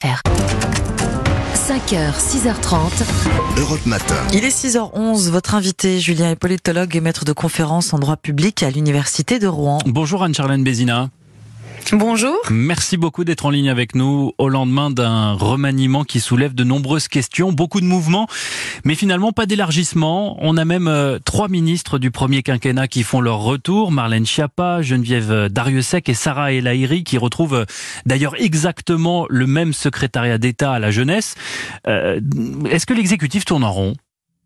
5h, 6h30. Europe Matin. Il est 6h11. Votre invité, Julien, est politologue et maître de conférences en droit public à l'Université de Rouen. Bonjour Anne-Charlène Bézina. Bonjour. Merci beaucoup d'être en ligne avec nous au lendemain d'un remaniement qui soulève de nombreuses questions, beaucoup de mouvements, mais finalement pas d'élargissement. On a même 3 ministres du premier quinquennat qui font leur retour, Marlène Schiappa, Geneviève Darrieussecq et Sarah El Haïry, qui retrouvent d'ailleurs exactement le même secrétariat d'État à la jeunesse. Est-ce que l'exécutif tourne en rond ?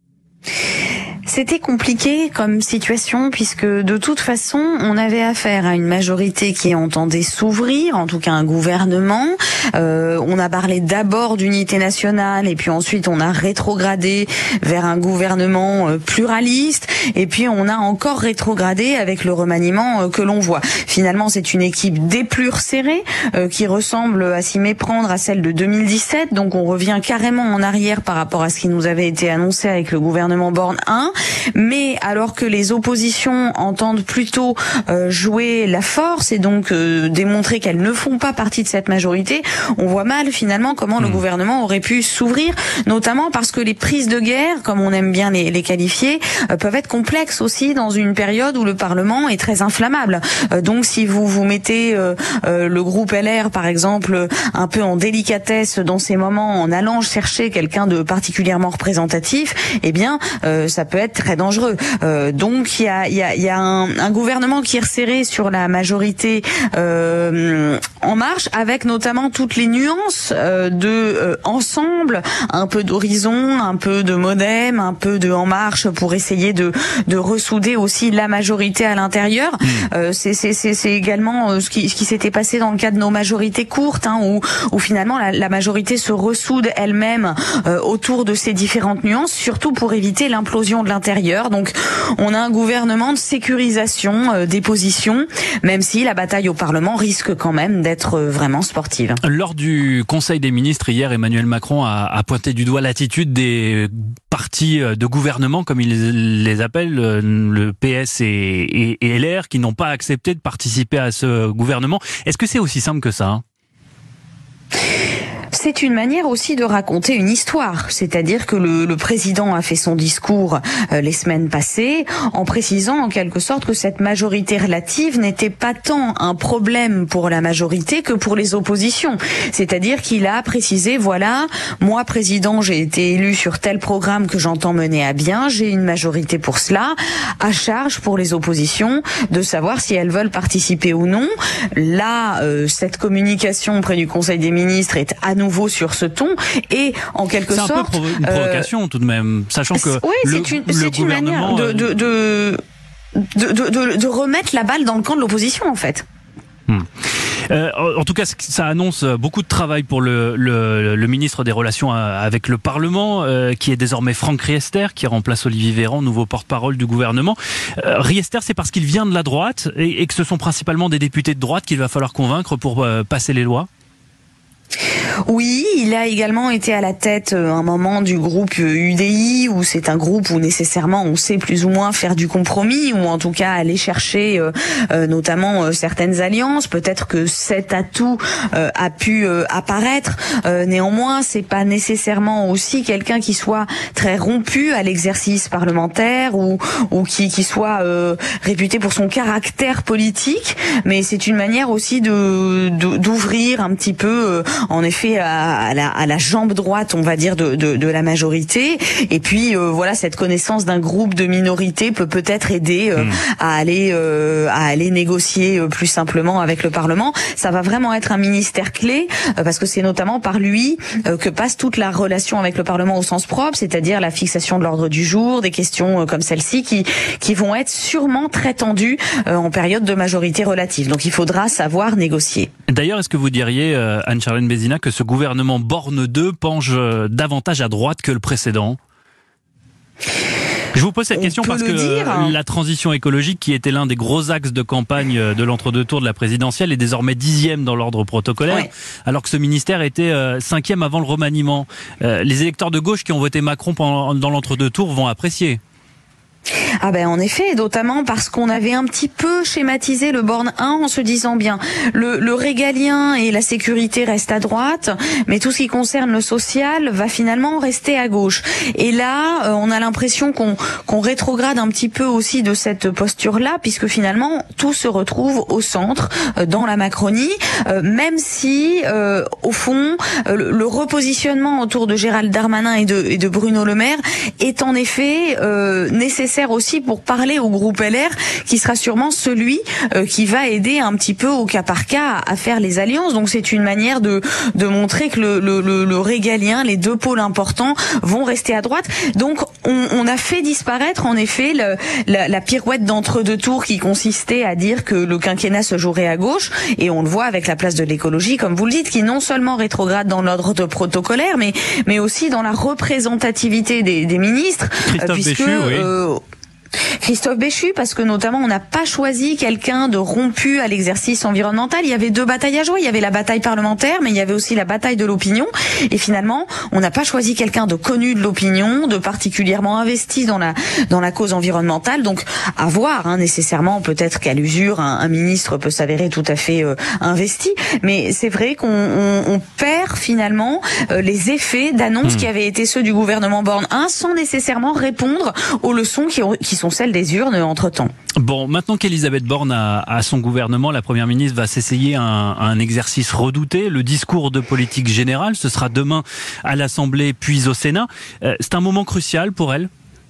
C'était compliqué comme situation puisque de toute façon, on avait affaire à une majorité qui entendait s'ouvrir, en tout cas un gouvernement. On a parlé d'abord d'unité nationale et puis ensuite on a rétrogradé vers un gouvernement pluraliste et puis on a encore rétrogradé avec le remaniement que l'on voit. Finalement, c'est une équipe des plus resserrée qui ressemble à s'y méprendre à celle de 2017. Donc on revient carrément en arrière par rapport à ce qui nous avait été annoncé avec le gouvernement Borne 1. Mais alors que les oppositions entendent plutôt jouer la force et donc démontrer qu'elles ne font pas partie de cette majorité, on voit mal finalement comment le gouvernement aurait pu s'ouvrir, notamment parce que les prises de guerre, comme on aime bien les qualifier, peuvent être complexes aussi dans une période où le Parlement est très inflammable. Donc si vous mettez le groupe LR par exemple un peu en délicatesse dans ces moments en allant chercher quelqu'un de particulièrement représentatif, eh bien ça peut être très dangereux. Donc il y a un gouvernement qui est resserré sur la majorité En Marche, avec notamment toutes les nuances de Ensemble, un peu d'Horizon, un peu de Modem, un peu de En Marche pour essayer de ressouder aussi la majorité à l'intérieur. C'est également ce qui s'était passé dans le cas de nos majorités courtes, où finalement la majorité se ressoude elle-même autour de ces différentes nuances, surtout pour éviter l'implosion de l'intérieur. Donc on a un gouvernement de sécurisation des positions, même si la bataille au Parlement risque quand même d'être vraiment sportive. Lors du Conseil des ministres hier, Emmanuel Macron a pointé du doigt l'attitude des partis de gouvernement, comme il les appelle, le PS et LR, qui n'ont pas accepté de participer à ce gouvernement. Est-ce que c'est aussi simple que ça ? C'est une manière aussi de raconter une histoire, c'est-à-dire que le président a fait son discours les semaines passées en précisant en quelque sorte que cette majorité relative n'était pas tant un problème pour la majorité que pour les oppositions. C'est-à-dire qu'il a précisé, voilà, moi président, j'ai été élu sur tel programme que j'entends mener à bien, j'ai une majorité pour cela, à charge pour les oppositions de savoir si elles veulent participer ou non. Là, cette communication auprès du Conseil des ministres est à nouveau sur ce ton et en quelque sorte... C'est un peu une provocation tout de même, sachant que c'est une manière de remettre la balle dans le camp de l'opposition en fait. En tout cas, ça annonce beaucoup de travail pour le ministre des Relations avec le Parlement, qui est désormais Franck Riester, qui remplace Olivier Véran, nouveau porte-parole du gouvernement. Riester, c'est parce qu'il vient de la droite et que ce sont principalement des députés de droite qu'il va falloir convaincre pour passer les lois. Oui, il a également été à la tête un moment du groupe UDI, où c'est un groupe où nécessairement on sait plus ou moins faire du compromis, ou en tout cas aller chercher notamment certaines alliances. Peut-être que cet atout a pu apparaître. Néanmoins, c'est pas nécessairement aussi quelqu'un qui soit très rompu à l'exercice parlementaire ou qui soit réputé pour son caractère politique. Mais c'est une manière aussi d'ouvrir un petit peu en effet à la jambe droite, on va dire, de la majorité. Et puis voilà, cette connaissance d'un groupe de minorités peut-être aider à aller négocier plus simplement avec le Parlement. Ça va vraiment être un ministère clé parce que c'est notamment par lui que passe toute la relation avec le Parlement au sens propre, c'est-à-dire la fixation de l'ordre du jour, des questions comme celle-ci qui vont être sûrement très tendues en période de majorité relative. Donc il faudra savoir négocier. D'ailleurs, est-ce que vous diriez, Anne-Charlène Bézina, que ce gouvernement Borne 2 penche davantage à droite que le précédent ? Je vous pose cette question parce que la transition écologique, qui était l'un des gros axes de campagne de l'entre-deux-tours de la présidentielle, est désormais 10e dans l'ordre protocolaire, alors que ce ministère était 5e avant le remaniement. Les électeurs de gauche qui ont voté Macron dans l'entre-deux-tours vont apprécier. Ah ben en effet, notamment parce qu'on avait un petit peu schématisé le Borne 1 en se disant bien le régalien et la sécurité restent à droite, mais tout ce qui concerne le social va finalement rester à gauche. Et là, on a l'impression qu'on rétrograde un petit peu aussi de cette posture-là, puisque finalement tout se retrouve au centre, dans la Macronie, même si au fond le repositionnement autour de Gérald Darmanin et de Bruno Le Maire est en effet nécessaire aussi pour parler au groupe LR, qui sera sûrement celui qui va aider un petit peu au cas par cas à faire les alliances. Donc c'est une manière de montrer que le régalien, les deux pôles importants, vont rester à droite. Donc on a fait disparaître en effet la pirouette d'entre-deux tours qui consistait à dire que le quinquennat se jouerait à gauche, et on le voit avec la place de l'écologie, comme vous le dites, qui non seulement rétrograde dans l'ordre protocolaire, mais aussi dans la représentativité des ministres, puisque Béchu, oui. Christophe Béchu, parce que notamment on n'a pas choisi quelqu'un de rompu à l'exercice environnemental. Il y avait deux batailles à jouer, il y avait la bataille parlementaire, mais il y avait aussi la bataille de l'opinion, et finalement on n'a pas choisi quelqu'un de connu de l'opinion, de particulièrement investi dans la cause environnementale. Donc à voir, nécessairement, peut-être qu'à l'usure un ministre peut s'avérer tout à fait investi, mais c'est vrai qu'on perd finalement les effets d'annonces qui avaient été ceux du gouvernement Borne 1, sans nécessairement répondre aux leçons qui sont celles des urnes entre-temps. Bon, maintenant qu'Elisabeth Borne a son gouvernement, la Première ministre va s'essayer à un exercice redouté, le discours de politique générale. Ce sera demain à l'Assemblée puis au Sénat. C'est un moment crucial pour elle.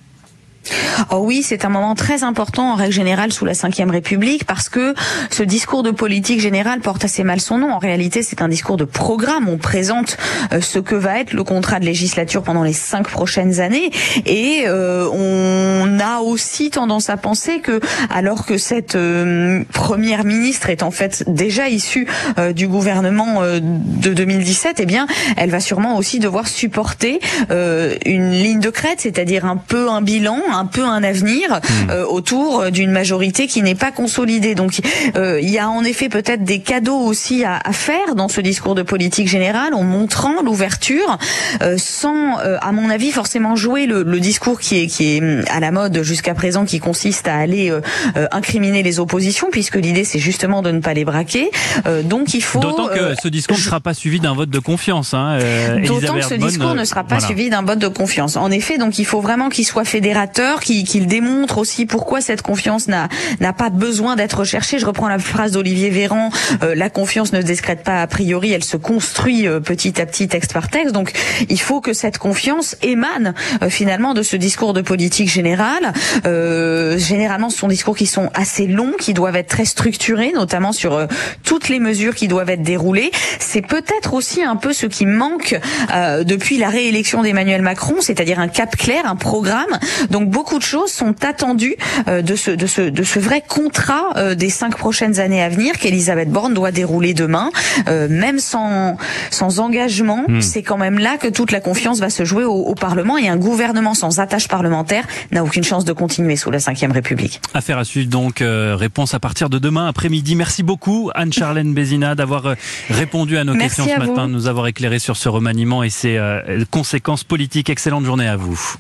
Oh oui, c'est un moment très important en règle générale sous la Ve République, parce que ce discours de politique générale porte assez mal son nom. En réalité, c'est un discours de programme. On présente ce que va être le contrat de législature pendant les 5 prochaines années, et on a aussi tendance à penser que, alors que cette première ministre est en fait déjà issue du gouvernement de 2017, eh bien, elle va sûrement aussi devoir supporter une ligne de crête, c'est-à-dire un peu un bilan, un peu un avenir autour d'une majorité qui n'est pas consolidée. Donc il y a en effet peut-être des cadeaux aussi à faire dans ce discours de politique générale, en montrant l'ouverture, sans à mon avis forcément jouer le discours qui est à la mode jusqu'à présent, qui consiste à aller incriminer les oppositions, puisque l'idée c'est justement de ne pas les braquer. Donc il faut... D'autant que ce discours ne sera pas suivi d'un vote de confiance. D'autant que ce discours ne sera pas suivi d'un vote de confiance. En effet, donc il faut vraiment qu'il soit fédérateur, qu'il démontre aussi pourquoi cette confiance n'a pas besoin d'être recherchée. Je reprends la phrase d'Olivier Véran, la confiance ne se décrète pas a priori, elle se construit petit à petit, texte par texte. Donc il faut que cette confiance émane finalement de ce discours de politique générale. Généralement ce sont des discours qui sont assez longs, qui doivent être très structurés, notamment sur toutes les mesures qui doivent être déroulées. C'est peut-être aussi un peu ce qui manque depuis la réélection d'Emmanuel Macron, c'est-à-dire un cap clair, un programme. Donc beaucoup de choses sont attendues de ce vrai contrat des 5 prochaines années à venir qu'Elisabeth Borne doit dérouler demain. Même sans engagement, c'est quand même là que toute la confiance va se jouer au Parlement, et un gouvernement sans attache parlementaire n'a aucune chance de continuer sous la Ve République. Affaire à suivre donc, réponse à partir de demain après-midi. Merci beaucoup Anne-Charlène Bézina d'avoir répondu à nos questions ce matin, de nous avoir éclairé sur ce remaniement et ses conséquences politiques. Excellente journée à vous.